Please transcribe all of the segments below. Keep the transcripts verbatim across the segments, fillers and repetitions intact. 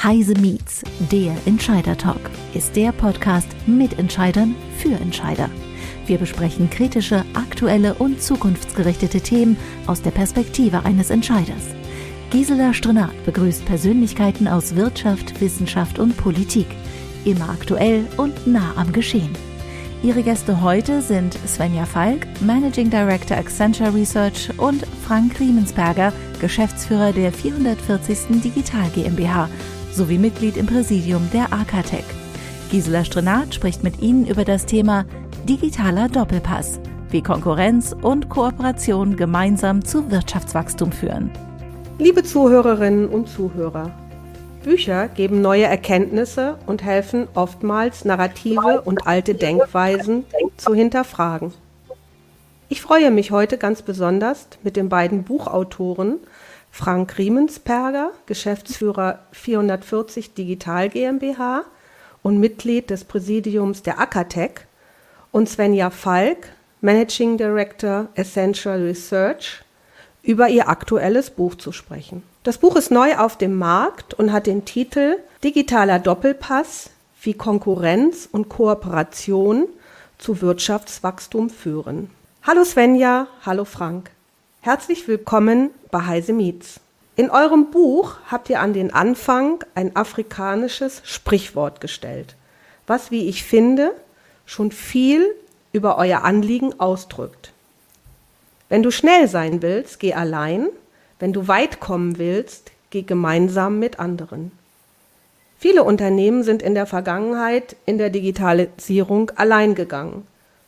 Heise Meets, der Entscheider Talk, ist der Podcast mit Entscheidern für Entscheider. Wir besprechen kritische, aktuelle und zukunftsgerichtete Themen aus der Perspektive eines Entscheiders. Gisela Strenat begrüßt Persönlichkeiten aus Wirtschaft, Wissenschaft und Politik. Immer aktuell und nah am Geschehen. Ihre Gäste heute sind Svenja Falk, Managing Director Accenture Research, und Frank Riemensperger, Geschäftsführer der vierhundertvierzigsten Digital GmbH sowie Mitglied im Präsidium der Akatech. Gisela Strenat spricht mit Ihnen über das Thema digitaler Doppelpass, wie Konkurrenz und Kooperation gemeinsam zu Wirtschaftswachstum führen. Liebe Zuhörerinnen und Zuhörer, Bücher geben neue Erkenntnisse und helfen oftmals, Narrative und alte Denkweisen zu hinterfragen. Ich freue mich heute ganz besonders, mit den beiden Buchautoren Frank Riemensperger, Geschäftsführer vierhundertvierzig Digital GmbH und Mitglied des Präsidiums der Akatech, und Svenja Falk, Managing Director Accenture Research, über ihr aktuelles Buch zu sprechen. Das Buch ist neu auf dem Markt und hat den Titel Digitaler Doppelpass, wie Konkurrenz und Kooperation zu Wirtschaftswachstum führen. Hallo Svenja, hallo Frank. Herzlich willkommen bei Heise Meets. In eurem Buch habt ihr an den Anfang ein afrikanisches Sprichwort gestellt, was, wie ich finde, schon viel über euer Anliegen ausdrückt. Wenn du schnell sein willst, geh allein. Wenn du weit kommen willst, geh gemeinsam mit anderen. Viele Unternehmen sind in der Vergangenheit in der Digitalisierung allein gegangen,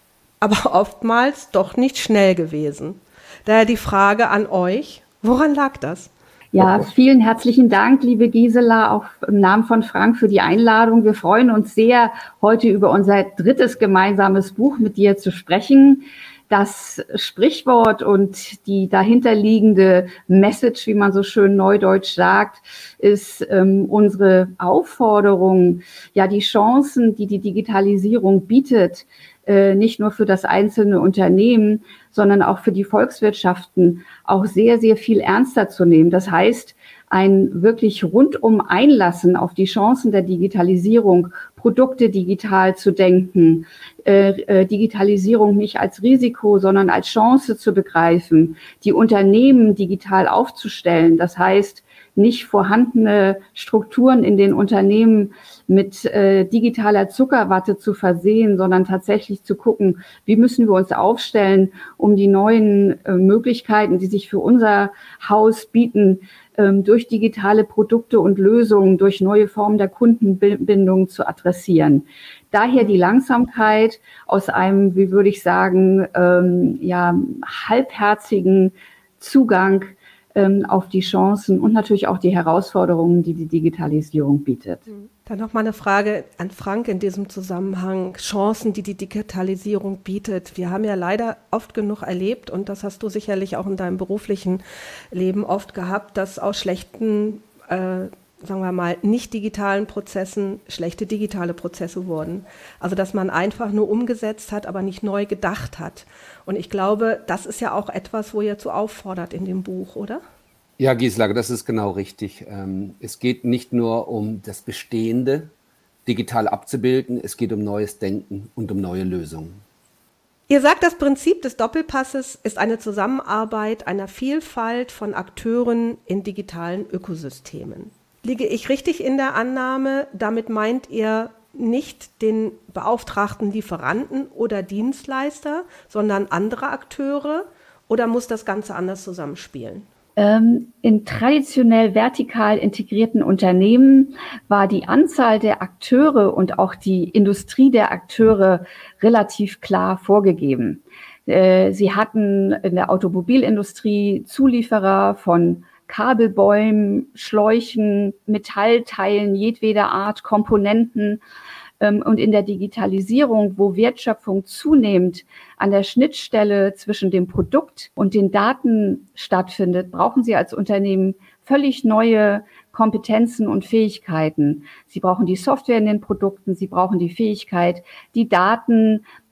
aber oftmals doch nicht schnell gewesen. Daher die Frage an euch, woran lag das? Ja, vielen herzlichen Dank, liebe Gisela, auch im Namen von Frank für die Einladung. Wir freuen uns sehr, heute über unser drittes gemeinsames Buch mit dir zu sprechen. Das Sprichwort und die dahinterliegende Message, wie man so schön neudeutsch sagt, ist ähm, unsere Aufforderung, ja, die Chancen, die die Digitalisierung bietet, äh, nicht nur für das einzelne Unternehmen, sondern auch für die Volkswirtschaften auch sehr, sehr viel ernster zu nehmen. Das heißt, ein wirklich rundum Einlassen auf die Chancen der Digitalisierung, Produkte digital zu denken, äh, äh, Digitalisierung nicht als Risiko, sondern als Chance zu begreifen, die Unternehmen digital aufzustellen. Das heißt, nicht vorhandene Strukturen in den Unternehmen mit äh, digitaler Zuckerwatte zu versehen, sondern tatsächlich zu gucken, wie müssen wir uns aufstellen, um die neuen äh, Möglichkeiten, die sich für unser Haus bieten, ähm, durch digitale Produkte und Lösungen, durch neue Formen der Kundenbindung zu adressieren. Daher die Langsamkeit aus einem, wie würde ich sagen, ähm, ja, halbherzigen Zugang auf die Chancen und natürlich auch die Herausforderungen, die die Digitalisierung bietet. Dann noch mal eine Frage an Frank in diesem Zusammenhang. Chancen, die die Digitalisierung bietet. Wir haben ja leider oft genug erlebt, und das hast du sicherlich auch in deinem beruflichen Leben oft gehabt, dass aus schlechten, äh, sagen wir mal, nicht digitalen Prozessen schlechte digitale Prozesse wurden. Also dass man einfach nur umgesetzt hat, aber nicht neu gedacht hat. Und ich glaube, das ist ja auch etwas, wo ihr zu auffordert in dem Buch, oder? Ja, Gisela, das ist genau richtig. Es geht nicht nur um das Bestehende digital abzubilden, es geht um neues Denken und um neue Lösungen. Ihr sagt, das Prinzip des Doppelpasses ist eine Zusammenarbeit einer Vielfalt von Akteuren in digitalen Ökosystemen. Liege ich richtig in der Annahme, damit meint ihr nicht den beauftragten Lieferanten oder Dienstleister, sondern andere Akteure, oder muss das Ganze anders zusammenspielen? Ähm, in traditionell vertikal integrierten Unternehmen war die Anzahl der Akteure und auch die Industrie der Akteure relativ klar vorgegeben. Äh, sie hatten in der Automobilindustrie Zulieferer von Kabelbäumen, Schläuchen, Metallteilen jedweder Art, Komponenten. Und in der Digitalisierung, wo Wertschöpfung zunehmend an der Schnittstelle zwischen dem Produkt und den Daten stattfindet, brauchen Sie als Unternehmen völlig neue Kompetenzen und Fähigkeiten. Sie brauchen die Software in den Produkten, Sie brauchen die Fähigkeit, die Daten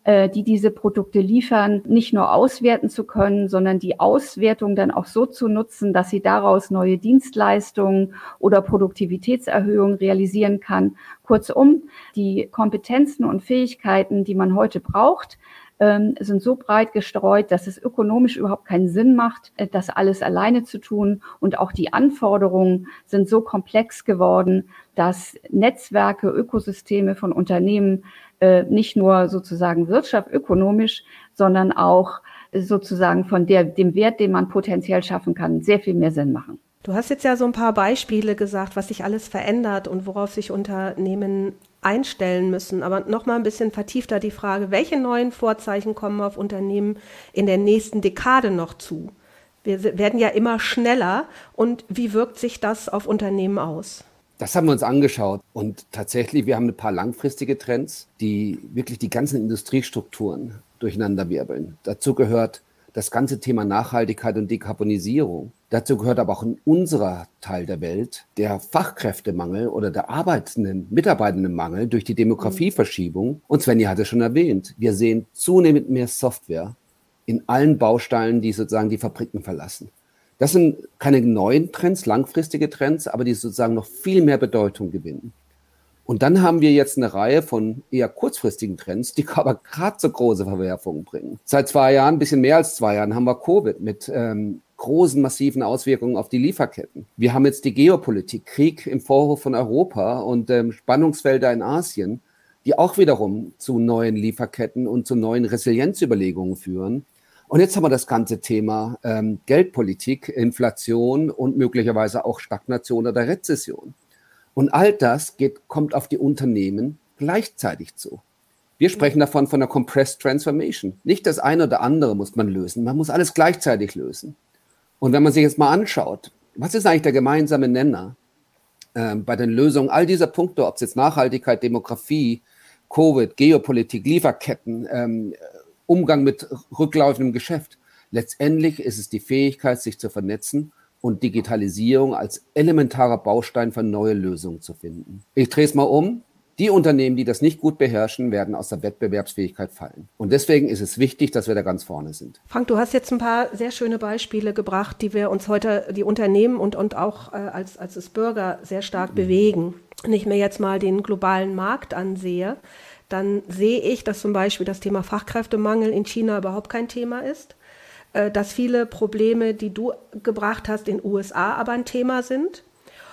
die diese Produkte liefern, nicht nur auswerten zu können, sondern die Auswertung dann auch so zu nutzen, dass sie daraus neue Dienstleistungen oder Produktivitätserhöhungen realisieren kann. Kurzum, die Kompetenzen und Fähigkeiten, die man heute braucht, sind so breit gestreut, dass es ökonomisch überhaupt keinen Sinn macht, das alles alleine zu tun. Und auch die Anforderungen sind so komplex geworden, dass Netzwerke, Ökosysteme von Unternehmen nicht nur sozusagen wirtschaftsökonomisch, sondern auch sozusagen von der, dem Wert, den man potenziell schaffen kann, sehr viel mehr Sinn machen. Du hast jetzt ja so ein paar Beispiele gesagt, was sich alles verändert und worauf sich Unternehmen einstellen müssen. Aber noch mal ein bisschen vertiefter die Frage, welche neuen Vorzeichen kommen auf Unternehmen in der nächsten Dekade noch zu? Wir werden ja immer schneller. Und wie wirkt sich das auf Unternehmen aus? Das haben wir uns angeschaut und tatsächlich, wir haben ein paar langfristige Trends, die wirklich die ganzen Industriestrukturen durcheinanderwirbeln. Dazu gehört das ganze Thema Nachhaltigkeit und Dekarbonisierung. Dazu gehört aber auch in unserer Teil der Welt der Fachkräftemangel oder der arbeitenden, Mitarbeitendenmangel durch die Demografieverschiebung. Und Svenja hat es schon erwähnt, wir sehen zunehmend mehr Software in allen Bausteinen, die sozusagen die Fabriken verlassen. Das sind keine neuen Trends, langfristige Trends, aber die sozusagen noch viel mehr Bedeutung gewinnen. Und dann haben wir jetzt eine Reihe von eher kurzfristigen Trends, die aber gerade so große Verwerfungen bringen. Seit zwei Jahren, ein bisschen mehr als zwei Jahren, haben wir Covid mit ähm, großen, massiven Auswirkungen auf die Lieferketten. Wir haben jetzt die Geopolitik, Krieg im Vorhof von Europa und ähm, Spannungsfelder in Asien, die auch wiederum zu neuen Lieferketten und zu neuen Resilienzüberlegungen führen. Und jetzt haben wir das ganze Thema ähm, Geldpolitik, Inflation und möglicherweise auch Stagnation oder Rezession. Und all das geht, kommt auf die Unternehmen gleichzeitig zu. Wir sprechen davon von einer Compressed Transformation. Nicht das eine oder andere muss man lösen, man muss alles gleichzeitig lösen. Und wenn man sich jetzt mal anschaut, was ist eigentlich der gemeinsame Nenner äh, bei den Lösungen all dieser Punkte, ob es jetzt Nachhaltigkeit, Demografie, Covid, Geopolitik, Lieferketten, ähm, Umgang mit rücklaufendem Geschäft. Letztendlich ist es die Fähigkeit, sich zu vernetzen und Digitalisierung als elementarer Baustein für neue Lösungen zu finden. Ich drehe es mal um. Die Unternehmen, die das nicht gut beherrschen, werden aus der Wettbewerbsfähigkeit fallen. Und deswegen ist es wichtig, dass wir da ganz vorne sind. Frank, du hast jetzt ein paar sehr schöne Beispiele gebracht, die wir uns heute, die Unternehmen und, und auch äh, als, als Bürger sehr stark mhm. bewegen. Wenn ich mir jetzt mal den globalen Markt ansehe, dann sehe ich, dass zum Beispiel das Thema Fachkräftemangel in China überhaupt kein Thema ist, dass viele Probleme, die du gebracht hast, in den U S A aber ein Thema sind.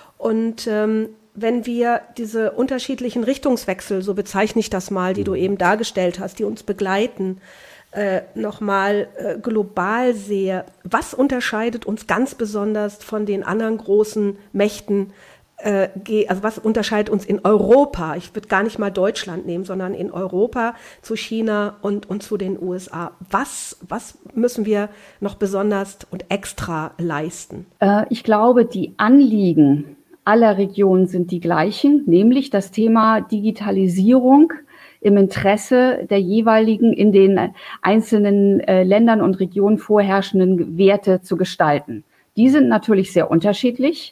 Und ähm, wenn wir diese unterschiedlichen Richtungswechsel, so bezeichne ich das mal, die du eben dargestellt hast, die uns begleiten, äh, nochmal äh, global sehe, was unterscheidet uns ganz besonders von den anderen großen Mächten, also was unterscheidet uns in Europa, ich würde gar nicht mal Deutschland nehmen, sondern in Europa zu China und, und zu den U S A. Was, was müssen wir noch besonders und extra leisten? Ich glaube, die Anliegen aller Regionen sind die gleichen, nämlich das Thema Digitalisierung im Interesse der jeweiligen in den einzelnen Ländern und Regionen vorherrschenden Werte zu gestalten. Die sind natürlich sehr unterschiedlich.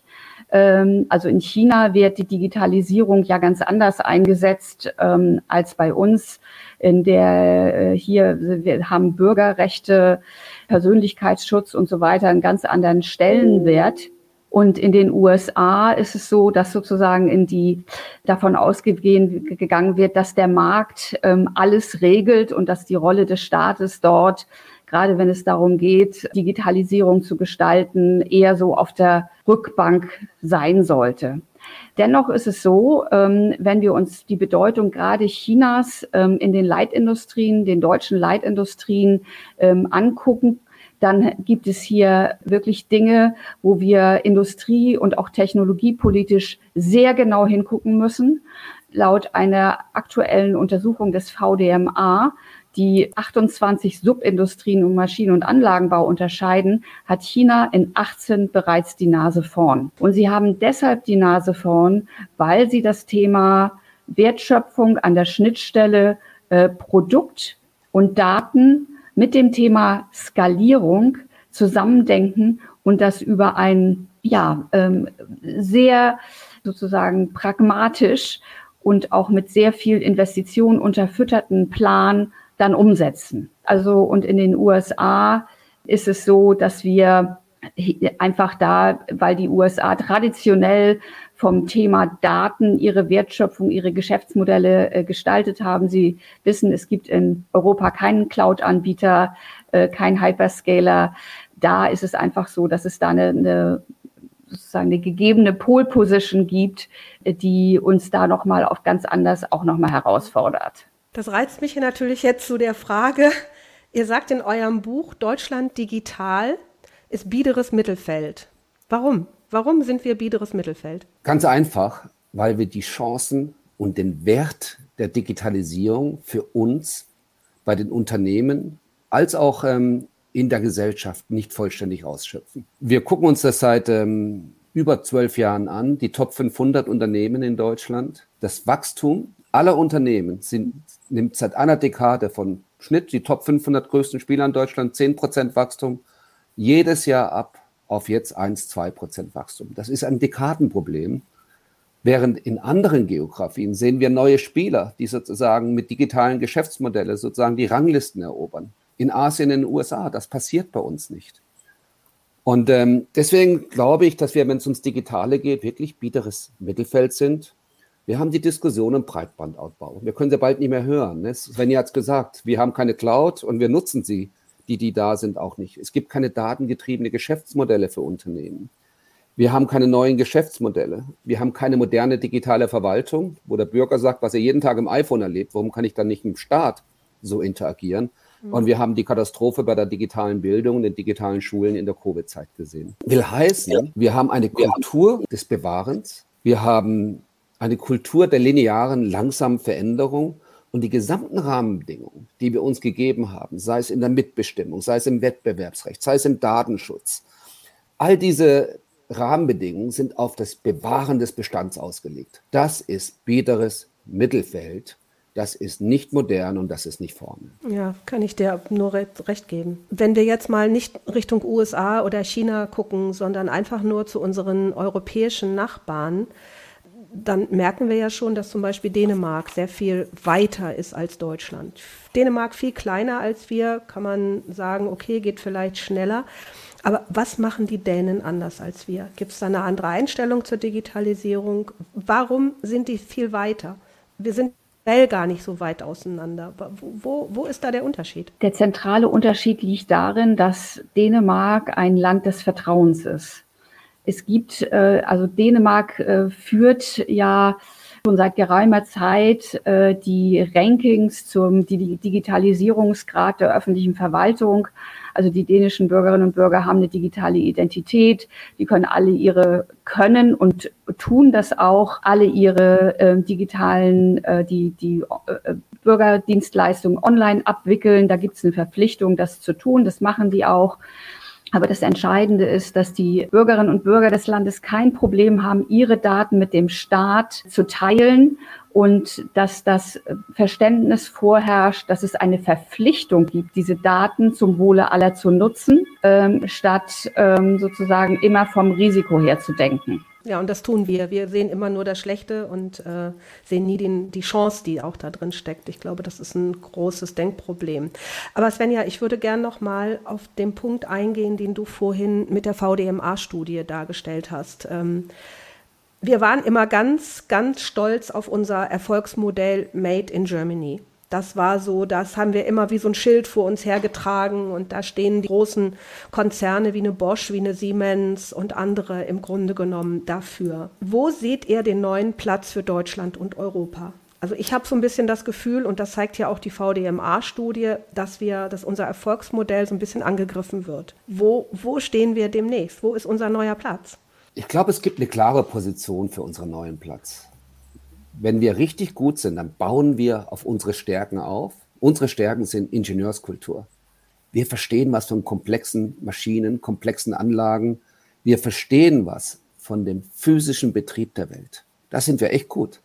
Also in China wird die Digitalisierung ja ganz anders eingesetzt ähm, als bei uns. In der äh, hier wir haben Bürgerrechte, Persönlichkeitsschutz und so weiter einen ganz anderen Stellenwert. Und in den U S A ist es so, dass sozusagen in die davon ausgegangen wird, dass der Markt ähm, alles regelt und dass die Rolle des Staates dort, gerade wenn es darum geht, Digitalisierung zu gestalten, eher so auf der Rückbank sein sollte. Dennoch ist es so, ähm, wenn wir uns die Bedeutung gerade Chinas ähm, in den Leitindustrien, den deutschen Leitindustrien ähm, angucken, dann gibt es hier wirklich Dinge, wo wir industrie- und auch technologiepolitisch sehr genau hingucken müssen. Laut einer aktuellen Untersuchung des V D M A, die achtundzwanzig Subindustrien und Maschinen- und Anlagenbau unterscheiden, hat China in achtzehn bereits die Nase vorn. Und sie haben deshalb die Nase vorn, weil sie das Thema Wertschöpfung an der Schnittstelle äh, Produkt und Daten mit dem Thema Skalierung zusammendenken und das über einen ja ähm, sehr sozusagen pragmatisch und auch mit sehr viel Investition unterfütterten Plan dann umsetzen. Also und in den U S A ist es so, dass wir einfach da, weil die U S A traditionell vom Thema Daten ihre Wertschöpfung, ihre Geschäftsmodelle äh, gestaltet haben. Sie wissen, es gibt in Europa keinen Cloud-Anbieter, äh, keinen Hyperscaler. Da ist es einfach so, dass es da eine, eine sozusagen eine gegebene Pole-Position gibt, die uns da nochmal auf ganz anders auch nochmal herausfordert. Das reizt mich natürlich jetzt zu der Frage, ihr sagt in eurem Buch, Deutschland digital ist biederes Mittelfeld. Warum? Warum sind wir biederes Mittelfeld? Ganz einfach, weil wir die Chancen und den Wert der Digitalisierung für uns bei den Unternehmen als auch ähm, in der Gesellschaft nicht vollständig ausschöpfen. Wir gucken uns das seit ähm, über zwölf Jahren an, die Top fünfhundert Unternehmen in Deutschland. Das Wachstum aller Unternehmen sind, nimmt seit einer Dekade von Schnitt, die Top fünfhundert größten Spieler in Deutschland, zehn Prozent Wachstum, jedes Jahr ab auf jetzt eins bis zwei Prozent Wachstum. Das ist ein Dekadenproblem. Während in anderen Geografien sehen wir neue Spieler, die sozusagen mit digitalen Geschäftsmodellen sozusagen die Ranglisten erobern. In Asien, in den U S A, das passiert bei uns nicht. Und ähm, deswegen glaube ich, dass wir, wenn es ums Digitale geht, wirklich biederes Mittelfeld sind. Wir haben die Diskussion im Breitbandausbau. Wir können sie bald nicht mehr hören. Ne? Svenja hat es gesagt, wir haben keine Cloud und wir nutzen sie. Die, die da sind, auch nicht. Es gibt keine datengetriebene Geschäftsmodelle für Unternehmen. Wir haben keine neuen Geschäftsmodelle. Wir haben keine moderne digitale Verwaltung, wo der Bürger sagt, was er jeden Tag im iPhone erlebt, warum kann ich dann nicht im Staat so interagieren? Mhm. Und wir haben die Katastrophe bei der digitalen Bildung und den digitalen Schulen in der Covid-Zeit gesehen. Will heißen, wir haben eine Kultur des Bewahrens, wir haben eine Kultur der linearen, langsamen Veränderung. Und die gesamten Rahmenbedingungen, die wir uns gegeben haben, sei es in der Mitbestimmung, sei es im Wettbewerbsrecht, sei es im Datenschutz, all diese Rahmenbedingungen sind auf das Bewahren des Bestands ausgelegt. Das ist biederes Mittelfeld, das ist nicht modern und das ist nicht vorne. Ja, kann ich dir nur recht geben. Wenn wir jetzt mal nicht Richtung U S A oder China gucken, sondern einfach nur zu unseren europäischen Nachbarn, dann merken wir ja schon, dass zum Beispiel Dänemark sehr viel weiter ist als Deutschland. Dänemark viel kleiner als wir, kann man sagen, okay, geht vielleicht schneller. Aber was machen die Dänen anders als wir? Gibt es da eine andere Einstellung zur Digitalisierung? Warum sind die viel weiter? Wir sind gar nicht so weit auseinander. Wo, wo ist da der Unterschied? Der zentrale Unterschied liegt darin, dass Dänemark ein Land des Vertrauens ist. Es gibt, äh, also Dänemark äh, führt ja schon seit geraumer Zeit äh, die Rankings zum die Digitalisierungsgrad der öffentlichen Verwaltung. Also die dänischen Bürgerinnen und Bürger haben eine digitale Identität. Die können alle ihre, können und tun das auch, alle ihre äh, digitalen, äh, die, die äh, Bürgerdienstleistungen online abwickeln. Da gibt es eine Verpflichtung, das zu tun. Das machen die auch. Aber das Entscheidende ist, dass die Bürgerinnen und Bürger des Landes kein Problem haben, ihre Daten mit dem Staat zu teilen und dass das Verständnis vorherrscht, dass es eine Verpflichtung gibt, diese Daten zum Wohle aller zu nutzen, ähm, statt ähm, sozusagen immer vom Risiko her zu denken. Ja, und das tun wir. Wir sehen immer nur das Schlechte und äh, sehen nie den, die Chance, die auch da drin steckt. Ich glaube, das ist ein großes Denkproblem. Aber Svenja, ich würde gerne noch mal auf den Punkt eingehen, den du vorhin mit der V D M A-Studie dargestellt hast. Ähm, wir waren immer ganz, ganz stolz auf unser Erfolgsmodell Made in Germany. Das war so, das haben wir immer wie so ein Schild vor uns hergetragen und da stehen die großen Konzerne wie eine Bosch, wie eine Siemens und andere im Grunde genommen dafür. Wo seht ihr den neuen Platz für Deutschland und Europa? Also ich habe so ein bisschen das Gefühl, und das zeigt ja auch die V D M A-Studie, dass wir, dass unser Erfolgsmodell so ein bisschen angegriffen wird. Wo, wo stehen wir demnächst? Wo ist unser neuer Platz? Ich glaube, es gibt eine klare Position für unseren neuen Platz. Wenn wir richtig gut sind, dann bauen wir auf unsere Stärken auf. Unsere Stärken sind Ingenieurskultur. Wir verstehen was von komplexen Maschinen, komplexen Anlagen. Wir verstehen was von dem physischen Betrieb der Welt. Da sind wir echt gut.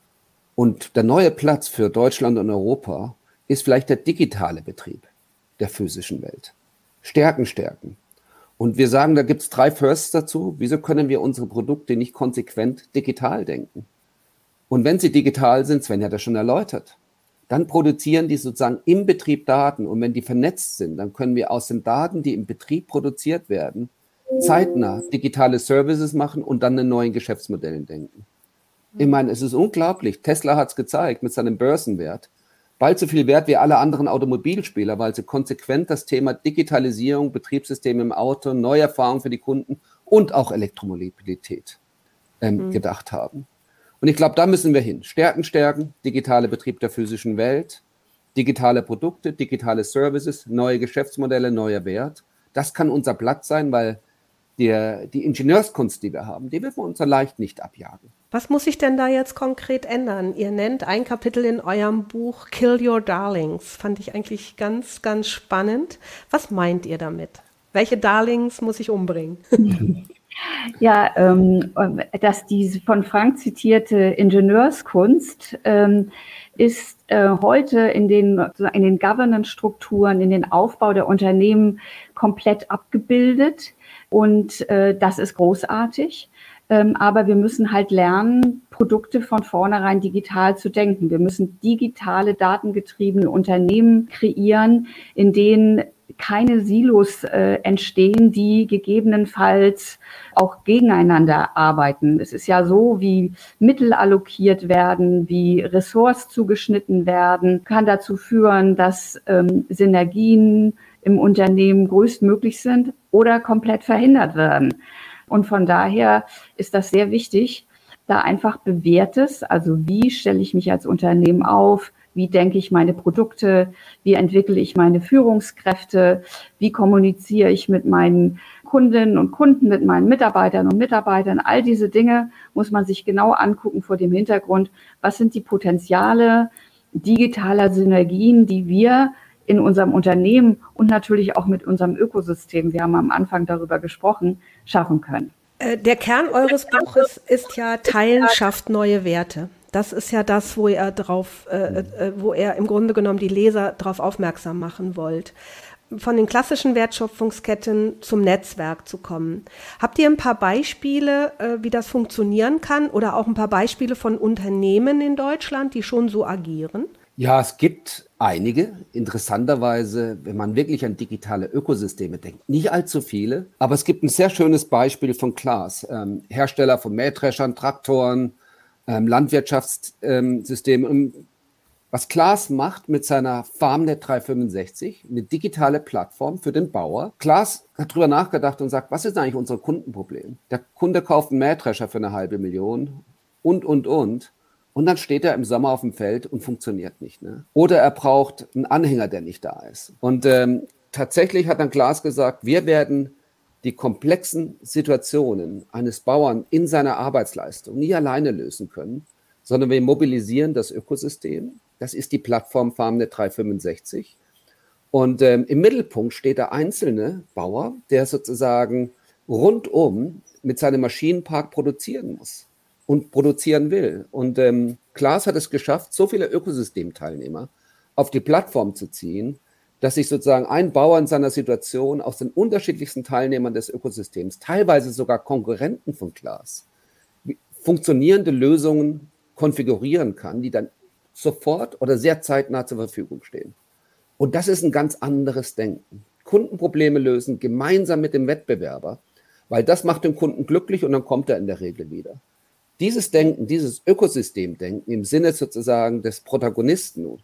Und der neue Platz für Deutschland und Europa ist vielleicht der digitale Betrieb der physischen Welt. Stärken, Stärken. Und wir sagen, da gibt es drei Firsts dazu. Wieso können wir unsere Produkte nicht konsequent digital denken? Und wenn sie digital sind, Sven hat das schon erläutert, dann produzieren die sozusagen im Betrieb Daten. Und wenn die vernetzt sind, dann können wir aus den Daten, die im Betrieb produziert werden, zeitnah digitale Services machen und dann in neuen Geschäftsmodellen denken. Ich meine, es ist unglaublich. Tesla hat es gezeigt mit seinem Börsenwert. Bald so viel wert wie alle anderen Automobilspieler, weil sie konsequent das Thema Digitalisierung, Betriebssysteme im Auto, neue Erfahrungen für die Kunden und auch Elektromobilität ähm, mhm. gedacht haben. Und ich glaube, da müssen wir hin. Stärken, stärken, digitale Betrieb der physischen Welt, digitale Produkte, digitale Services, neue Geschäftsmodelle, neuer Wert. Das kann unser Platz sein, weil der, die Ingenieurskunst, die wir haben, die wird man uns so leicht nicht abjagen. Was muss sich denn da jetzt konkret ändern? Ihr nennt ein Kapitel in eurem Buch Kill Your Darlings. Fand ich eigentlich ganz, ganz spannend. Was meint ihr damit? Welche Darlings muss ich umbringen? Ja, ähm, dass diese von Frank zitierte Ingenieurskunst ähm, ist äh, heute in den, in den Governance-Strukturen, in den Aufbau der Unternehmen komplett abgebildet. Und äh, das ist großartig. Ähm, aber wir müssen halt lernen, Produkte von vornherein digital zu denken. Wir müssen digitale, datengetriebene Unternehmen kreieren, in denen keine Silos äh, entstehen, die gegebenenfalls auch gegeneinander arbeiten. Es ist ja so, wie Mittel allokiert werden, wie Ressorts zugeschnitten werden, kann dazu führen, dass ähm, Synergien im Unternehmen größtmöglich sind oder komplett verhindert werden. Und von daher ist das sehr wichtig, da einfach Bewährtes, also wie stelle ich mich als Unternehmen auf, wie denke ich meine Produkte, wie entwickle ich meine Führungskräfte, wie kommuniziere ich mit meinen Kundinnen und Kunden, mit meinen Mitarbeitern und Mitarbeitern. All diese Dinge muss man sich genau angucken vor dem Hintergrund, was sind die Potenziale digitaler Synergien, die wir in unserem Unternehmen und natürlich auch mit unserem Ökosystem, wir haben am Anfang darüber gesprochen, schaffen können. Der Kern eures Buches ist ja Teilen schafft neue Werte. Das ist ja das, wo ihr drauf, äh, wo ihr im Grunde genommen die Leser darauf aufmerksam machen wollt. Von den klassischen Wertschöpfungsketten zum Netzwerk zu kommen. Habt ihr ein paar Beispiele, äh, wie das funktionieren kann oder auch ein paar Beispiele von Unternehmen in Deutschland, die schon so agieren? Ja, es gibt einige. Interessanterweise, wenn man wirklich an digitale Ökosysteme denkt, nicht allzu viele, aber es gibt ein sehr schönes Beispiel von Claas, ähm, Hersteller von Mähdreschern, Traktoren, ähm, Landwirtschaftssystemen. Ähm, was Claas macht mit seiner FarmNet dreihundertfünfundsechzig, eine digitale Plattform für den Bauer. Claas hat drüber nachgedacht und sagt, was ist eigentlich unser Kundenproblem? Der Kunde kauft einen Mähdrescher für eine halbe Million und, und, und. Und dann steht er im Sommer auf dem Feld und funktioniert nicht. Ne? Oder er braucht einen Anhänger, der nicht da ist. Und ähm, tatsächlich hat dann Claas gesagt, wir werden die komplexen Situationen eines Bauern in seiner Arbeitsleistung nie alleine lösen können, sondern wir mobilisieren das Ökosystem. Das ist die Plattform FarmNet dreihundertfünfundsechzig. Und ähm, im Mittelpunkt steht der einzelne Bauer, der sozusagen rundum mit seinem Maschinenpark produzieren muss und produzieren will. Und ähm, Claas hat es geschafft, so viele Ökosystemteilnehmer auf die Plattform zu ziehen, dass sich sozusagen ein Bauer in seiner Situation aus den unterschiedlichsten Teilnehmern des Ökosystems, teilweise sogar Konkurrenten von Claas, funktionierende Lösungen konfigurieren kann, die dann sofort oder sehr zeitnah zur Verfügung stehen. Und das ist ein ganz anderes Denken. Kundenprobleme lösen gemeinsam mit dem Wettbewerber, weil das macht den Kunden glücklich und dann kommt er in der Regel wieder. Dieses Denken, dieses Ökosystemdenken im Sinne sozusagen des Protagonisten,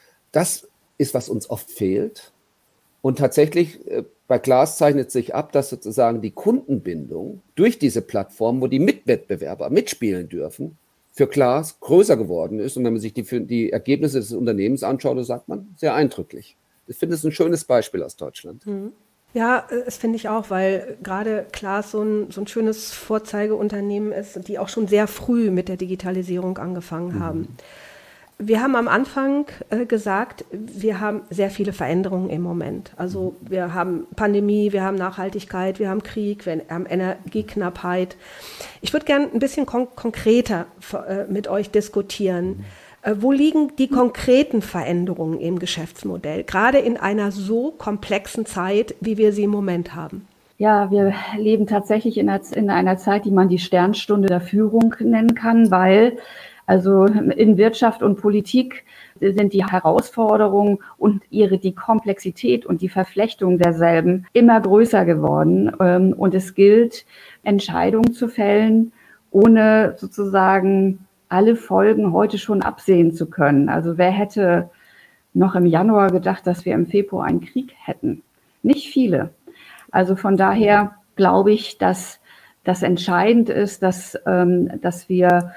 das ist, was uns oft fehlt. Und tatsächlich äh, bei Claas zeichnet sich ab, dass sozusagen die Kundenbindung durch diese Plattform, wo die Mitwettbewerber mitspielen dürfen, für Claas größer geworden ist. Und wenn man sich die, die Ergebnisse des Unternehmens anschaut, dann sagt man, sehr eindrücklich. Ich finde es ein schönes Beispiel aus Deutschland. Mhm. Ja, das finde ich auch, weil gerade Claas so ein, so ein schönes Vorzeigeunternehmen ist, die auch schon sehr früh mit der Digitalisierung angefangen haben. Mhm. Wir haben am Anfang äh, gesagt, wir haben sehr viele Veränderungen im Moment. Also wir haben Pandemie, wir haben Nachhaltigkeit, wir haben Krieg, wir haben Energieknappheit. Ich würde gerne ein bisschen kon- konkreter äh, mit euch diskutieren. Äh, wo liegen die konkreten Veränderungen im Geschäftsmodell, gerade in einer so komplexen Zeit, wie wir sie im Moment haben? Ja, wir leben tatsächlich in einer, in einer Zeit, die man die Sternstunde der Führung nennen kann, weil also in Wirtschaft und Politik sind die Herausforderungen und ihre die Komplexität und die Verflechtung derselben immer größer geworden. Und es gilt, Entscheidungen zu fällen, ohne sozusagen alle Folgen heute schon absehen zu können. Also wer hätte noch im Januar gedacht, dass wir im Februar einen Krieg hätten? Nicht viele. Also von daher glaube ich, dass das entscheidend ist, dass, ähm, dass wir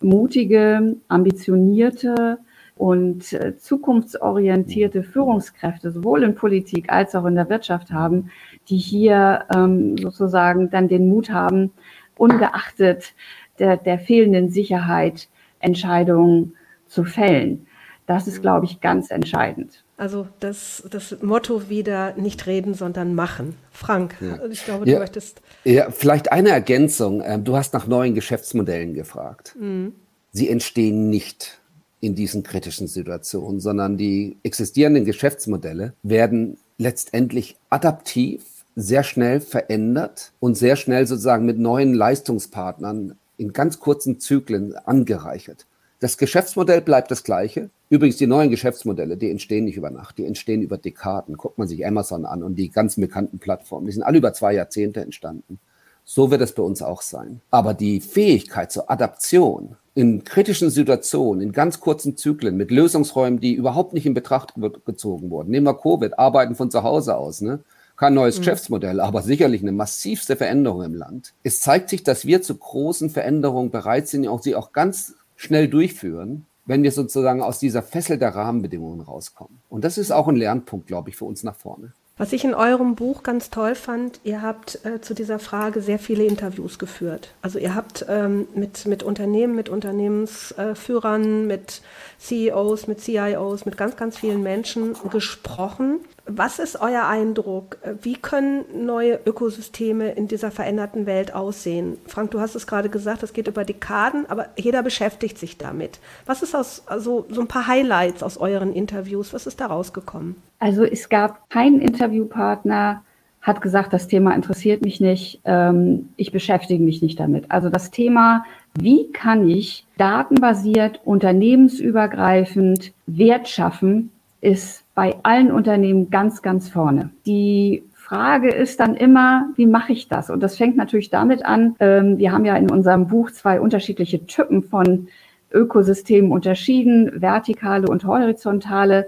mutige, ambitionierte und äh, zukunftsorientierte Führungskräfte sowohl in Politik als auch in der Wirtschaft haben, die hier ähm, sozusagen dann den Mut haben, ungeachtet der, der fehlenden Sicherheit Entscheidungen zu fällen. Das ist, glaube ich, ganz entscheidend. Also das, das Motto wieder nicht reden, sondern machen. Frank, ja. ich glaube, du ja, möchtest... Ja, vielleicht eine Ergänzung. Du hast nach neuen Geschäftsmodellen gefragt. Mhm. Sie entstehen nicht in diesen kritischen Situationen, sondern die existierenden Geschäftsmodelle werden letztendlich adaptiv, sehr schnell verändert und sehr schnell sozusagen mit neuen Leistungspartnern in ganz kurzen Zyklen angereichert. Das Geschäftsmodell bleibt das gleiche. Übrigens, die neuen Geschäftsmodelle, die entstehen nicht über Nacht, die entstehen über Dekaden. Guckt man sich Amazon an und die ganzen bekannten Plattformen, die sind alle über zwei Jahrzehnte entstanden. So wird es bei uns auch sein. Aber die Fähigkeit zur Adaption in kritischen Situationen, in ganz kurzen Zyklen, mit Lösungsräumen, die überhaupt nicht in Betracht gezogen wurden. Nehmen wir Covid, arbeiten von zu Hause aus, ne? Kein neues mhm. Geschäftsmodell, aber sicherlich eine massivste Veränderung im Land. Es zeigt sich, dass wir zu großen Veränderungen bereit sind, auch sie auch ganz schnell durchführen, wenn wir sozusagen aus dieser Fessel der Rahmenbedingungen rauskommen. Und das ist auch ein Lernpunkt, glaube ich, für uns nach vorne. Was ich in eurem Buch ganz toll fand, ihr habt äh, zu dieser Frage sehr viele Interviews geführt. Also ihr habt ähm, mit, mit Unternehmen, mit Unternehmensführern, mit C E Os, mit C I Os, mit ganz, ganz vielen Menschen gesprochen. Was ist euer Eindruck? Wie können neue Ökosysteme in dieser veränderten Welt aussehen? Frank, du hast es gerade gesagt, es geht über Dekaden, aber jeder beschäftigt sich damit. Was ist aus, also so ein paar Highlights aus euren Interviews? Was ist da rausgekommen? Also es gab keinen Interviewpartner, hat gesagt, das Thema interessiert mich nicht, ähm, ich beschäftige mich nicht damit. Also das Thema, wie kann ich datenbasiert, unternehmensübergreifend Wert schaffen, ist bei allen Unternehmen ganz, ganz vorne. Die Frage ist dann immer, wie mache ich das? Und das fängt natürlich damit an, ähm, wir haben ja in unserem Buch zwei unterschiedliche Typen von Ökosystemen unterschieden, vertikale und horizontale.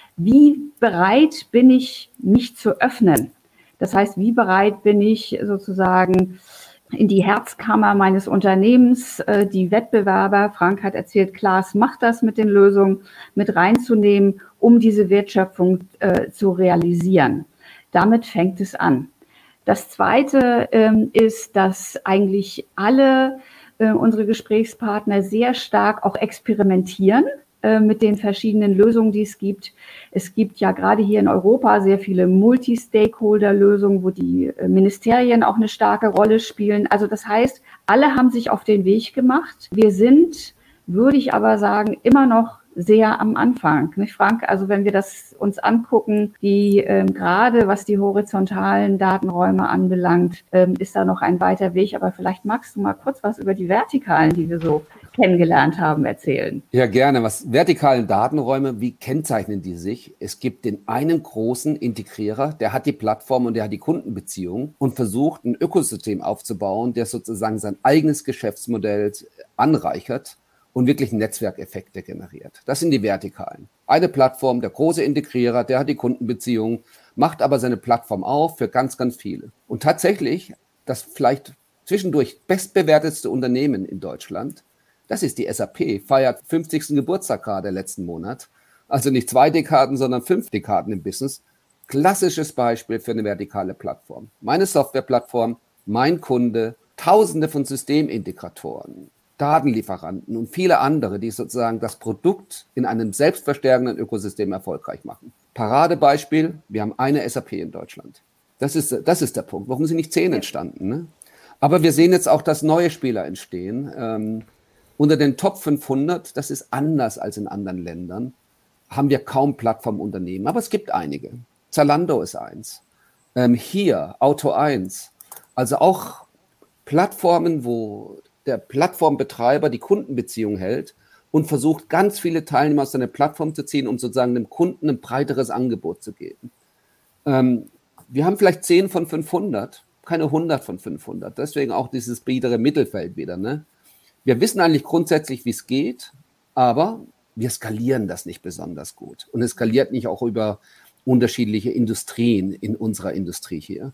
Wie bereit bin ich, mich zu öffnen? Das heißt, wie bereit bin ich sozusagen in die Herzkammer meines Unternehmens, äh, die Wettbewerber, Frank hat erzählt, Klaas macht das mit den Lösungen, mit reinzunehmen, um diese Wertschöpfung äh, zu realisieren. Damit fängt es an. Das Zweite ähm, ist, dass eigentlich alle äh, unsere Gesprächspartner sehr stark auch experimentieren mit den verschiedenen Lösungen, die es gibt. Es gibt ja gerade hier in Europa sehr viele Multi-Stakeholder-Lösungen, wo die Ministerien auch eine starke Rolle spielen. Also das heißt, alle haben sich auf den Weg gemacht. Wir sind, würde ich aber sagen, immer noch sehr am Anfang, nicht Frank? Also wenn wir das uns angucken, die ähm, gerade was die horizontalen Datenräume anbelangt, ähm, ist da noch ein weiter Weg. Aber vielleicht magst du mal kurz was über die vertikalen, die wir so kennengelernt haben, erzählen. Ja, gerne. Was vertikalen Datenräume, wie kennzeichnen die sich? Es gibt den einen großen Integrierer, der hat die Plattform und der hat die Kundenbeziehung und versucht, ein Ökosystem aufzubauen, der sozusagen sein eigenes Geschäftsmodell anreichert und wirklich Netzwerkeffekte generiert. Das sind die Vertikalen. Eine Plattform, der große Integrierer, der hat die Kundenbeziehung, macht aber seine Plattform auf für ganz, ganz viele. Und tatsächlich, das vielleicht zwischendurch bestbewertetste Unternehmen in Deutschland, das ist die S A P, feiert fünfzigsten Geburtstag gerade letzten Monat. Also nicht zwei Dekaden, sondern fünf Dekaden im Business. Klassisches Beispiel für eine vertikale Plattform. Meine Softwareplattform, mein Kunde, Tausende von Systemintegratoren, Datenlieferanten und viele andere, die sozusagen das Produkt in einem selbstverstärkenden Ökosystem erfolgreich machen. Paradebeispiel, wir haben eine S A P in Deutschland. Das ist, das ist der Punkt. Warum sind nicht zehn entstanden? Ne? Aber wir sehen jetzt auch, dass neue Spieler entstehen. Ähm, unter den Top fünfhundert, das ist anders als in anderen Ländern, haben wir kaum Plattformunternehmen. Aber es gibt einige. Zalando ist eins. Ähm, hier, Auto eins. Also auch Plattformen, wo der Plattformbetreiber die Kundenbeziehung hält, und versucht, ganz viele Teilnehmer aus seiner Plattform zu ziehen, um sozusagen dem Kunden ein breiteres Angebot zu geben. Ähm, wir haben vielleicht zehn von fünfhundert, keine hundert von fünfhundert. Deswegen auch dieses biedere Mittelfeld wieder. Ne? Wir wissen eigentlich grundsätzlich, wie es geht, aber wir skalieren das nicht besonders gut. Und es skaliert nicht auch über unterschiedliche Industrien in unserer Industrie hier.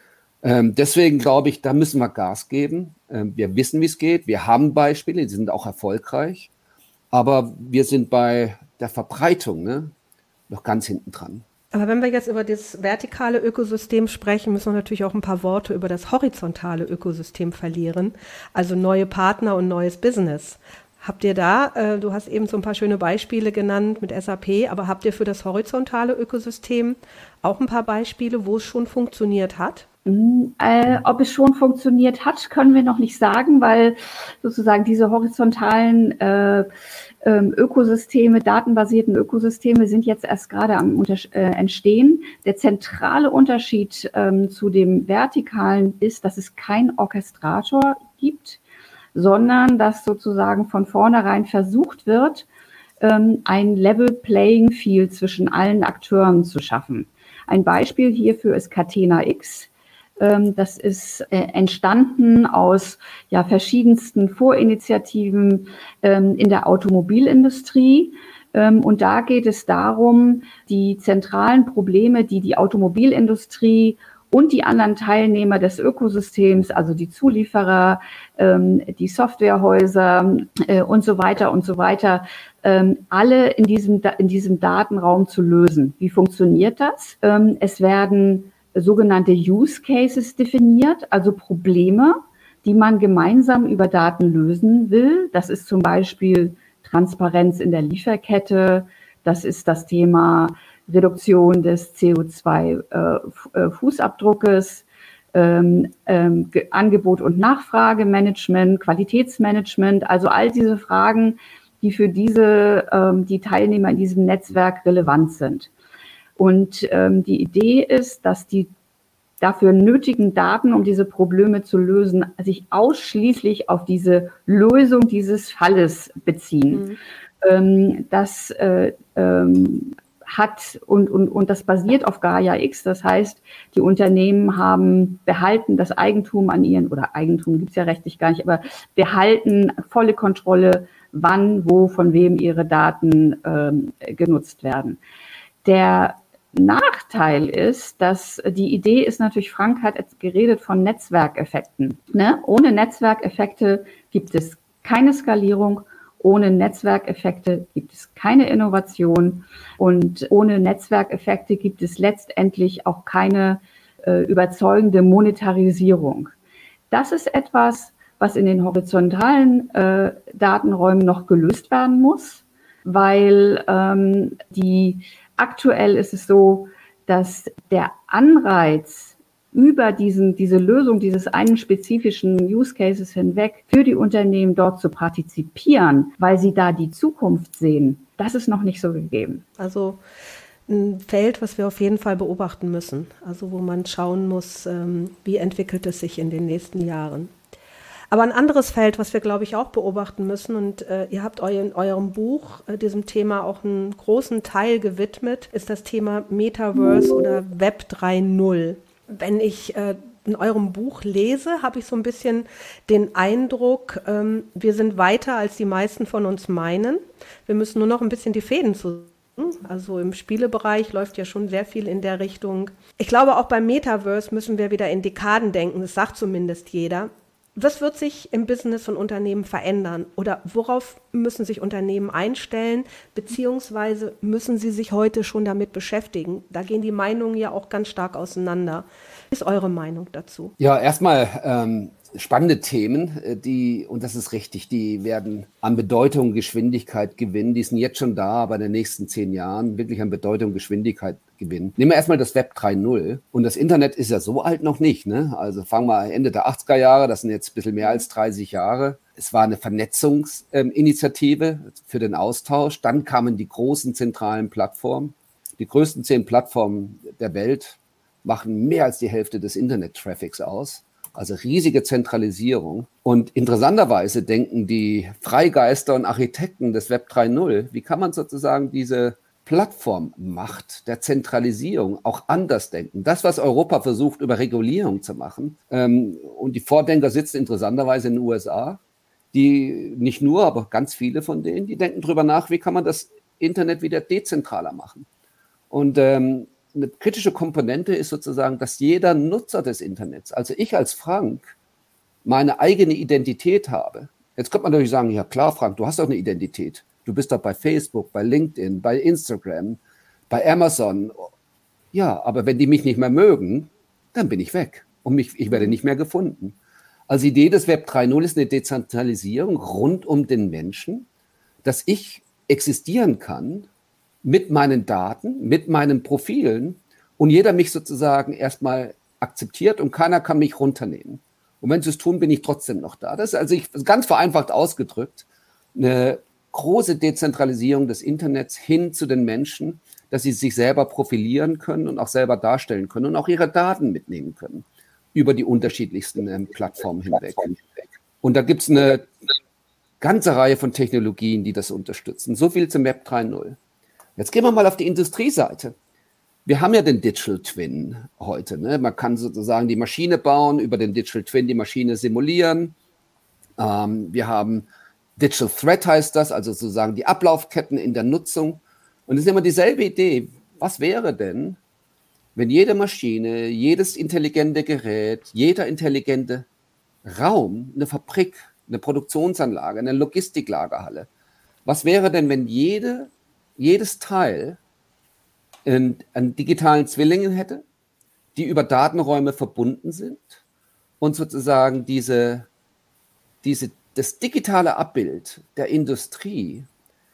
Ähm, deswegen glaube ich, da müssen wir Gas geben. Ähm, wir wissen, wie es geht. Wir haben Beispiele, die sind auch erfolgreich. Aber wir sind bei der Verbreitung ne, noch ganz hinten dran. Aber wenn wir jetzt über das vertikale Ökosystem sprechen, müssen wir natürlich auch ein paar Worte über das horizontale Ökosystem verlieren, also neue Partner und neues Business. Habt ihr da, äh, du hast eben so ein paar schöne Beispiele genannt mit S A P, aber habt ihr für das horizontale Ökosystem auch ein paar Beispiele, wo es schon funktioniert hat? Äh, ob es schon funktioniert hat, können wir noch nicht sagen, weil sozusagen diese horizontalen äh, ähm, Ökosysteme, datenbasierten Ökosysteme sind jetzt erst gerade am Unters- äh, Entstehen. Der zentrale Unterschied ähm, zu dem vertikalen ist, dass es keinen Orchestrator gibt, sondern dass sozusagen von vornherein versucht wird, ähm, ein Level Playing Field zwischen allen Akteuren zu schaffen. Ein Beispiel hierfür ist Catena X. Das ist entstanden aus ja, verschiedensten Vorinitiativen in der Automobilindustrie. Und da geht es darum, die zentralen Probleme, die die Automobilindustrie und die anderen Teilnehmer des Ökosystems, also die Zulieferer, die Softwarehäuser und so weiter und so weiter, alle in diesem, in diesem Datenraum zu lösen. Wie funktioniert das? Es werden sogenannte Use Cases definiert, also Probleme, die man gemeinsam über Daten lösen will. Das ist zum Beispiel Transparenz in der Lieferkette, das ist das Thema Reduktion des C O zwei Fußabdruckes, ähm, ähm, Angebot- und Nachfragemanagement, Qualitätsmanagement, also all diese Fragen, die für diese, ähm, die Teilnehmer in diesem Netzwerk relevant sind. Und ähm, die Idee ist, dass die dafür nötigen Daten, um diese Probleme zu lösen, sich ausschließlich auf diese Lösung dieses Falles beziehen. Mhm. Ähm, das äh, ähm, hat und, und, und das basiert auf Gaia X. Das heißt, die Unternehmen haben behalten das Eigentum an ihren, oder Eigentum gibt's ja rechtlich gar nicht, aber behalten volle Kontrolle, wann, wo, von wem ihre Daten ähm, genutzt werden. Der Nachteil ist, dass die Idee ist natürlich, Frank hat jetzt geredet von Netzwerkeffekten. Ne? Ohne Netzwerkeffekte gibt es keine Skalierung, ohne Netzwerkeffekte gibt es keine Innovation und ohne Netzwerkeffekte gibt es letztendlich auch keine äh, überzeugende Monetarisierung. Das ist etwas, was in den horizontalen äh, Datenräumen noch gelöst werden muss, weil ähm, die aktuell ist es so, dass der Anreiz über diesen, diese Lösung dieses einen spezifischen Use Cases hinweg für die Unternehmen dort zu partizipieren, weil sie da die Zukunft sehen, das ist noch nicht so gegeben. Also ein Feld, was wir auf jeden Fall beobachten müssen, also wo man schauen muss, wie entwickelt es sich in den nächsten Jahren. Aber ein anderes Feld, was wir, glaube ich, auch beobachten müssen, und äh, ihr habt eu in eurem Buch äh, diesem Thema auch einen großen Teil gewidmet, ist das Thema Metaverse oder Web drei Punkt null. Wenn ich äh, in eurem Buch lese, habe ich so ein bisschen den Eindruck, ähm, wir sind weiter, als die meisten von uns meinen. Wir müssen nur noch ein bisschen die Fäden zusammen. Also im Spielebereich läuft ja schon sehr viel in der Richtung. Ich glaube, auch beim Metaverse müssen wir wieder in Dekaden denken, das sagt zumindest jeder. Was wird sich im Business von Unternehmen verändern oder worauf müssen sich Unternehmen einstellen, beziehungsweise müssen sie sich heute schon damit beschäftigen? Da gehen die Meinungen ja auch ganz stark auseinander. Was ist eure Meinung dazu? Ja, erstmal ähm, spannende Themen, die, und das ist richtig, die werden an Bedeutung, Geschwindigkeit gewinnen. Die sind jetzt schon da, aber in den nächsten zehn Jahren wirklich an Bedeutung, Geschwindigkeit gewinnen. Nehmen wir erstmal das Web drei Punkt null. Und das Internet ist ja so alt noch nicht. Ne? Also fangen wir Ende der achtziger Jahre, das sind jetzt ein bisschen mehr als dreißig Jahre. Es war eine Vernetzungsinitiative ähm, für den Austausch. Dann kamen die großen zentralen Plattformen. Die größten zehn Plattformen der Welt machen mehr als die Hälfte des Internet-Traffics aus. also riesige Zentralisierung. Und interessanterweise denken die Freigeister und Architekten des Web drei Punkt null, wie kann man sozusagen diese Plattformmacht der Zentralisierung auch anders denken. Das, was Europa versucht, über Regulierung zu machen. Ähm, und die Vordenker sitzen interessanterweise in den U S A, die nicht nur, aber ganz viele von denen, die denken darüber nach, wie kann man das Internet wieder dezentraler machen. Und ähm, eine kritische Komponente ist sozusagen, dass jeder Nutzer des Internets, also ich als Frank, meine eigene Identität habe. Jetzt könnte man natürlich sagen, ja klar, Frank, du hast doch eine Identität. Du bist doch bei Facebook, bei LinkedIn, bei Instagram, bei Amazon. Ja, aber wenn die mich nicht mehr mögen, dann bin ich weg und mich, ich werde nicht mehr gefunden. Also die Idee des Web drei Punkt null ist eine Dezentralisierung rund um den Menschen, dass ich existieren kann mit meinen Daten, mit meinen Profilen und jeder mich sozusagen erstmal akzeptiert und keiner kann mich runternehmen. Und wenn sie es tun, bin ich trotzdem noch da. Das ist also ich, ganz vereinfacht ausgedrückt eine große Dezentralisierung des Internets hin zu den Menschen, dass sie sich selber profilieren können und auch selber darstellen können und auch ihre Daten mitnehmen können über die unterschiedlichsten ähm, Plattformen hinweg. Und da gibt es eine ganze Reihe von Technologien, die das unterstützen. So viel zum Web drei Punkt null. Jetzt gehen wir mal auf die Industrieseite. Wir haben ja den Digital Twin heute. Ne? Man kann sozusagen die Maschine bauen, über den Digital Twin die Maschine simulieren. Ähm, wir haben Digital Thread heißt das, also sozusagen die Ablaufketten in der Nutzung. Und es ist immer dieselbe Idee. Was wäre denn, wenn jede Maschine, jedes intelligente Gerät, jeder intelligente Raum, eine Fabrik, eine Produktionsanlage, eine Logistiklagerhalle, was wäre denn, wenn jede, jedes Teil einen, einen digitalen Zwillingen hätte, die über Datenräume verbunden sind und sozusagen diese, diese das digitale Abbild der Industrie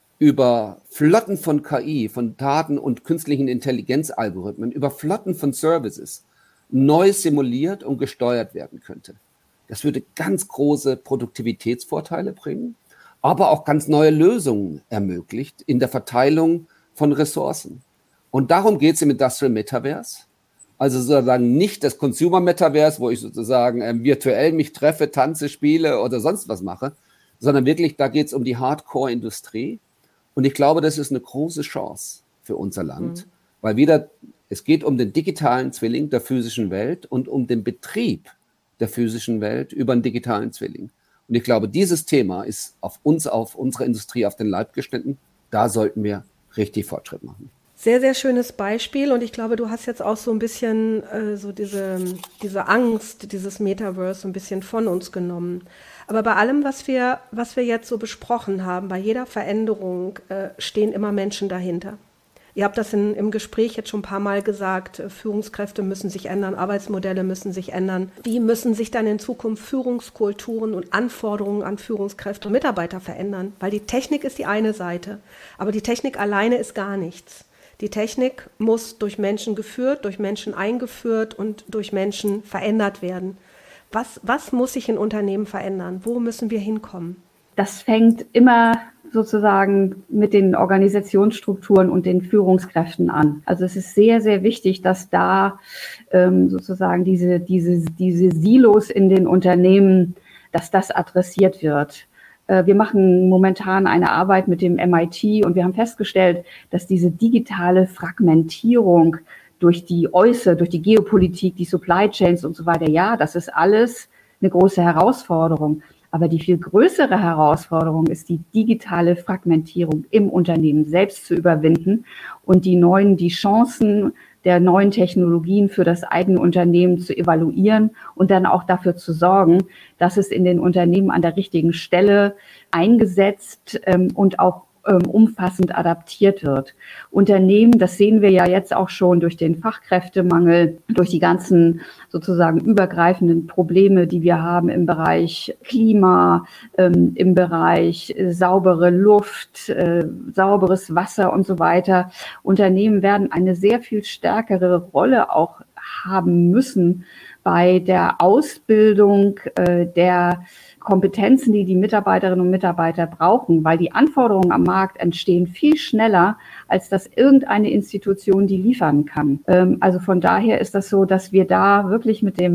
über Flotten von K I, von Daten- und künstlichen Intelligenzalgorithmen, über Flotten von Services neu simuliert und gesteuert werden könnte. Das würde ganz große Produktivitätsvorteile bringen, aber auch ganz neue Lösungen ermöglicht in der Verteilung von Ressourcen. Und darum geht es im Industrial Metaverse. Also sozusagen nicht das Consumer-Metaverse, wo ich sozusagen ähm, virtuell mich treffe, tanze, spiele oder sonst was mache, sondern wirklich, da geht es um die Hardcore-Industrie. Und ich glaube, das ist eine große Chance für unser Land, mhm. weil wieder, es geht um den digitalen Zwilling der physischen Welt und um den Betrieb der physischen Welt über einen digitalen Zwilling. Und ich glaube, dieses Thema ist auf uns, auf unsere Industrie auf den Leib geschnitten. Da sollten wir richtig Fortschritt machen. Sehr, sehr schönes Beispiel und ich glaube, du hast jetzt auch so ein bisschen äh, so diese, diese Angst, dieses Metaverse so ein bisschen von uns genommen. Aber bei allem, was wir, was wir jetzt so besprochen haben, bei jeder Veränderung äh, stehen immer Menschen dahinter. Ihr habt das in, im Gespräch jetzt schon ein paar Mal gesagt, äh, Führungskräfte müssen sich ändern, Arbeitsmodelle müssen sich ändern. Wie müssen sich dann in Zukunft Führungskulturen und Anforderungen an Führungskräfte und Mitarbeiter verändern? Weil die Technik ist die eine Seite, aber die Technik alleine ist gar nichts. Die Technik muss durch Menschen geführt, durch Menschen eingeführt und durch Menschen verändert werden. Was, was muss sich in Unternehmen verändern? Wo müssen wir hinkommen? Das fängt immer sozusagen mit den Organisationsstrukturen und den Führungskräften an. Also es ist sehr, sehr wichtig, dass da ähm, sozusagen diese, diese, diese Silos in den Unternehmen, dass das adressiert wird. Wir machen momentan eine Arbeit mit dem M I T und wir haben festgestellt, dass diese digitale Fragmentierung durch die Äußere, durch die Geopolitik, die Supply Chains und so weiter, ja, das ist alles eine große Herausforderung. Aber die viel größere Herausforderung ist die digitale Fragmentierung im Unternehmen selbst zu überwinden und die neuen, die Chancen der neuen Technologien für das eigene Unternehmen zu evaluieren und dann auch dafür zu sorgen, dass es in den Unternehmen an der richtigen Stelle eingesetzt ähm, und auch ähm, umfassend adaptiert wird. Unternehmen, das sehen wir ja jetzt auch schon durch den Fachkräftemangel, durch die ganzen sozusagen übergreifenden Probleme, die wir haben im Bereich Klima, ähm, im Bereich äh, saubere Luft, äh, sauberes Wasser und so weiter. Unternehmen werden eine sehr viel stärkere Rolle auch haben müssen bei der Ausbildung äh, der Kompetenzen, die die Mitarbeiterinnen und Mitarbeiter brauchen, weil die Anforderungen am Markt entstehen viel schneller, als dass irgendeine Institution die liefern kann. Ähm, also von daher ist das so, dass wir da wirklich mit dem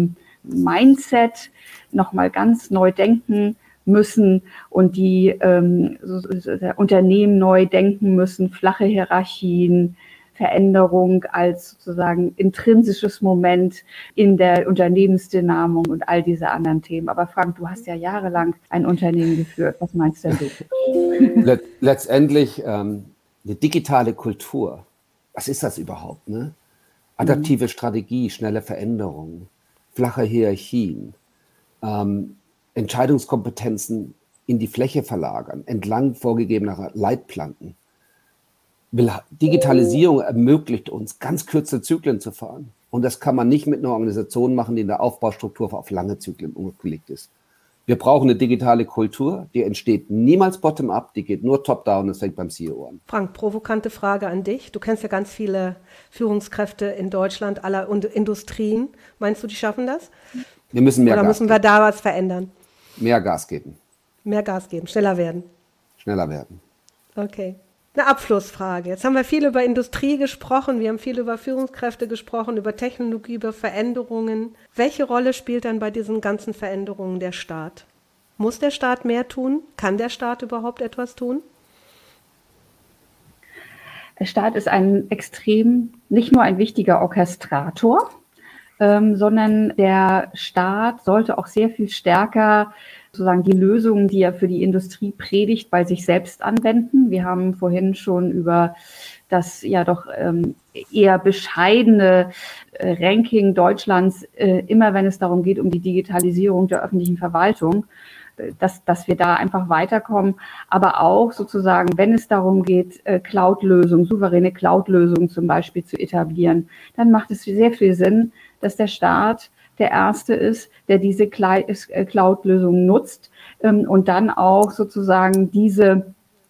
Mindset nochmal ganz neu denken müssen und die ähm, so, so, Unternehmen neu denken müssen, flache Hierarchien, Veränderung als sozusagen intrinsisches Moment in der Unternehmensdynamik und all diese anderen Themen. Aber Frank, du hast ja jahrelang ein Unternehmen geführt. Was meinst denn du? Let- letztendlich ähm, eine digitale Kultur. Was ist das überhaupt? Ne? Adaptive mhm. Strategie, schnelle Veränderungen, flache Hierarchien, ähm, Entscheidungskompetenzen in die Fläche verlagern, entlang vorgegebener Leitplanken. Digitalisierung ermöglicht uns, ganz kurze Zyklen zu fahren. Und das kann man nicht mit einer Organisation machen, die in der Aufbaustruktur auf lange Zyklen umgelegt ist. Wir brauchen eine digitale Kultur, die entsteht niemals bottom-up, die geht nur top-down, das fängt beim C E O an. Frank, provokante Frage an dich. Du kennst ja ganz viele Führungskräfte in Deutschland aller Industrien. Meinst du, die schaffen das? Wir müssen mehr Oder Gas müssen wir geben. da was verändern? Mehr Gas geben. Mehr Gas geben, schneller werden. Schneller werden. Okay. Eine Abschlussfrage. Jetzt haben wir viel über Industrie gesprochen, wir haben viel über Führungskräfte gesprochen, über Technologie, über Veränderungen. Welche Rolle spielt dann bei diesen ganzen Veränderungen der Staat? Muss der Staat mehr tun? Kann der Staat überhaupt etwas tun? Der Staat ist ein extrem, nicht nur ein wichtiger Orchestrator, ähm, sondern der Staat sollte auch sehr viel stärker sozusagen die Lösungen, die er für die Industrie predigt, bei sich selbst anwenden. Wir haben vorhin schon über das ja doch ähm, eher bescheidene äh, Ranking Deutschlands, äh, immer wenn es darum geht, um die Digitalisierung der öffentlichen Verwaltung, äh, dass, dass wir da einfach weiterkommen. Aber auch sozusagen, wenn es darum geht, äh, Cloud-Lösungen, souveräne Cloud-Lösungen zum Beispiel zu etablieren, dann macht es sehr viel Sinn, dass der Staat der Erste ist, der diese Cloud-Lösungen nutzt ähm, und dann auch sozusagen diese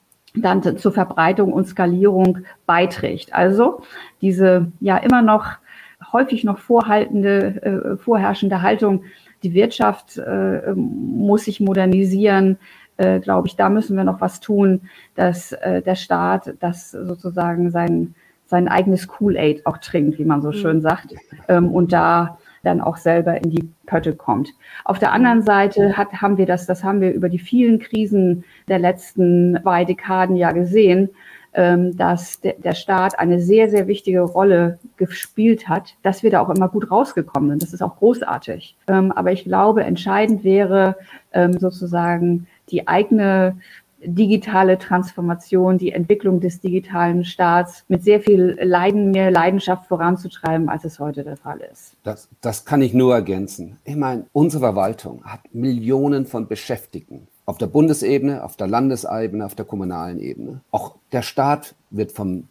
dann zur Verbreitung und Skalierung beiträgt. Also diese ja immer noch häufig noch vorhaltende, äh, vorherrschende Haltung, die Wirtschaft äh, muss sich modernisieren, äh, glaube ich, da müssen wir noch was tun, dass äh, der Staat das sozusagen sein, sein eigenes Kool-Aid auch trinkt, wie man so schön sagt, ähm, und da dann auch selber in die Pötte kommt. Auf der anderen Seite hat, haben wir das, das haben wir über die vielen Krisen der letzten zwei Dekaden ja gesehen, ähm, dass de, der Staat eine sehr, sehr wichtige Rolle gespielt hat, dass wir da auch immer gut rausgekommen sind. Das ist auch großartig. Ähm, aber ich glaube, entscheidend wäre ähm, sozusagen die eigene digitale Transformation, die Entwicklung des digitalen Staats mit sehr viel Leiden, mehr Leidenschaft voranzutreiben, als es heute der Fall ist. Das, das kann ich nur ergänzen. Ich meine, unsere Verwaltung hat Millionen von Beschäftigten auf der Bundesebene, auf der Landesebene, auf der kommunalen Ebene. Auch der Staat wird vom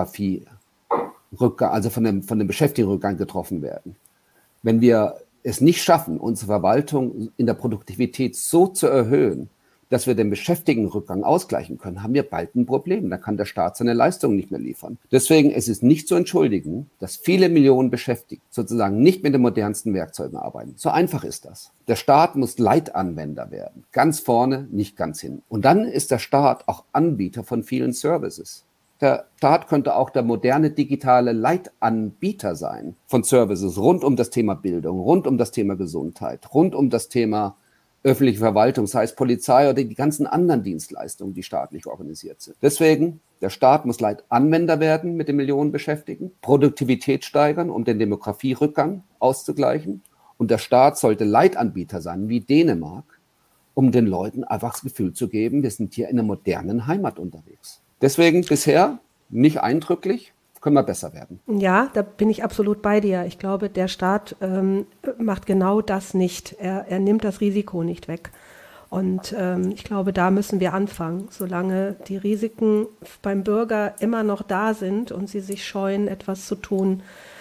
Demografie-Rückgang, also von dem, von dem Beschäftigtenrückgang getroffen werden. Wenn wir es nicht schaffen, unsere Verwaltung in der Produktivität so zu erhöhen, dass wir den Beschäftigtenrückgang ausgleichen können, haben wir bald ein Problem. Da kann der Staat seine Leistungen nicht mehr liefern. Deswegen ist es nicht zu entschuldigen, dass viele Millionen Beschäftigte sozusagen nicht mit den modernsten Werkzeugen arbeiten. So einfach ist das. Der Staat muss Leitanwender werden. Ganz vorne, nicht ganz hinten. Und dann ist der Staat auch Anbieter von vielen Services. Der Staat könnte auch der moderne digitale Leitanbieter sein von Services rund um das Thema Bildung, rund um das Thema Gesundheit, rund um das Thema öffentliche Verwaltung, sei es Polizei oder die ganzen anderen Dienstleistungen, die staatlich organisiert sind. Deswegen, der Staat muss Leitanwender werden mit den Millionen Beschäftigten, Produktivität steigern, um den Demografierückgang auszugleichen. Und der Staat sollte Leitanbieter sein, wie Dänemark, um den Leuten einfach das Gefühl zu geben, wir sind hier in einer modernen Heimat unterwegs. Deswegen bisher nicht eindrücklich, können wir besser werden. Ja, da bin ich absolut bei dir. Ich glaube, der Staat ähm, macht genau das nicht. Er, er nimmt das Risiko nicht weg. Und ähm, ich glaube, da müssen wir anfangen. Solange die Risiken beim Bürger immer noch da sind und sie sich scheuen, etwas zu tun,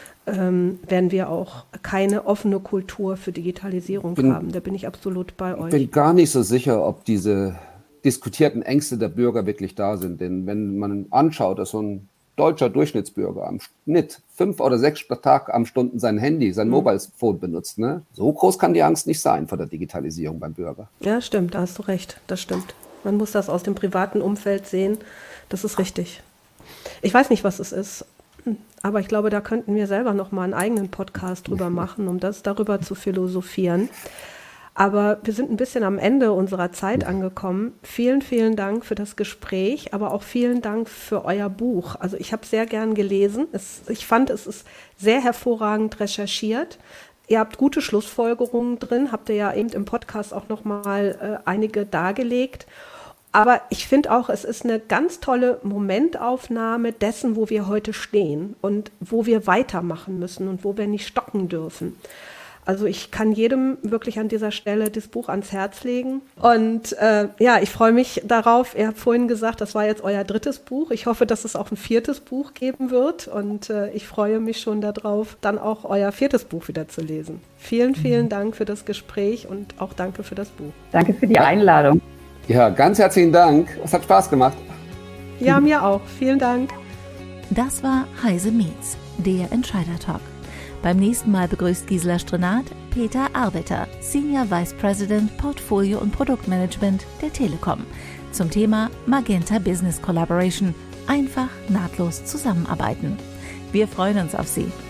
ähm, werden wir auch keine offene Kultur für Digitalisierung bin, haben. Da bin ich absolut bei euch. Ich bin gar nicht so sicher, ob diese diskutierten Ängste der Bürger wirklich da sind. Denn wenn man anschaut, dass so ein deutscher Durchschnittsbürger am Schnitt fünf oder sechs Tag am Stunden sein Handy, sein mhm. Mobile Phone benutzt, ne? So groß kann die Angst nicht sein vor der Digitalisierung beim Bürger. Ja, stimmt, da hast du recht, das stimmt. Man muss das aus dem privaten Umfeld sehen, das ist richtig. Ich weiß nicht, was es ist. aber ich glaube, da könnten wir selber noch mal einen eigenen Podcast drüber machen, um das darüber zu philosophieren. Aber wir sind ein bisschen am Ende unserer Zeit angekommen. Vielen, vielen Dank für das Gespräch, aber auch vielen Dank für euer Buch. Also ich habe sehr gern gelesen. Es, ich fand, es ist sehr hervorragend recherchiert. Ihr habt gute Schlussfolgerungen drin, habt ihr ja eben im Podcast auch noch mal äh, einige dargelegt. Aber ich finde auch, es ist eine ganz tolle Momentaufnahme dessen, wo wir heute stehen und wo wir weitermachen müssen und wo wir nicht stocken dürfen. Also ich kann jedem wirklich an dieser Stelle das Buch ans Herz legen. Und äh, ja, ich freue mich darauf. Ihr habt vorhin gesagt, das war jetzt euer drittes Buch. Ich hoffe, dass es auch ein viertes Buch geben wird. Und äh, ich freue mich schon darauf, dann auch euer viertes Buch wieder zu lesen. Vielen, vielen Dank für das Gespräch und auch danke für das Buch. Danke für die Einladung. Ja, ganz herzlichen Dank. Es hat Spaß gemacht. Ja, mir auch. Vielen Dank. Das war Heise Meets, der Entscheider Talk. Beim nächsten Mal begrüßt Gisela Strenat Peter Arbeiter, Senior Vice President Portfolio und Produktmanagement der Telekom, zum Thema Magenta Business Collaboration. Einfach nahtlos zusammenarbeiten. Wir freuen uns auf Sie.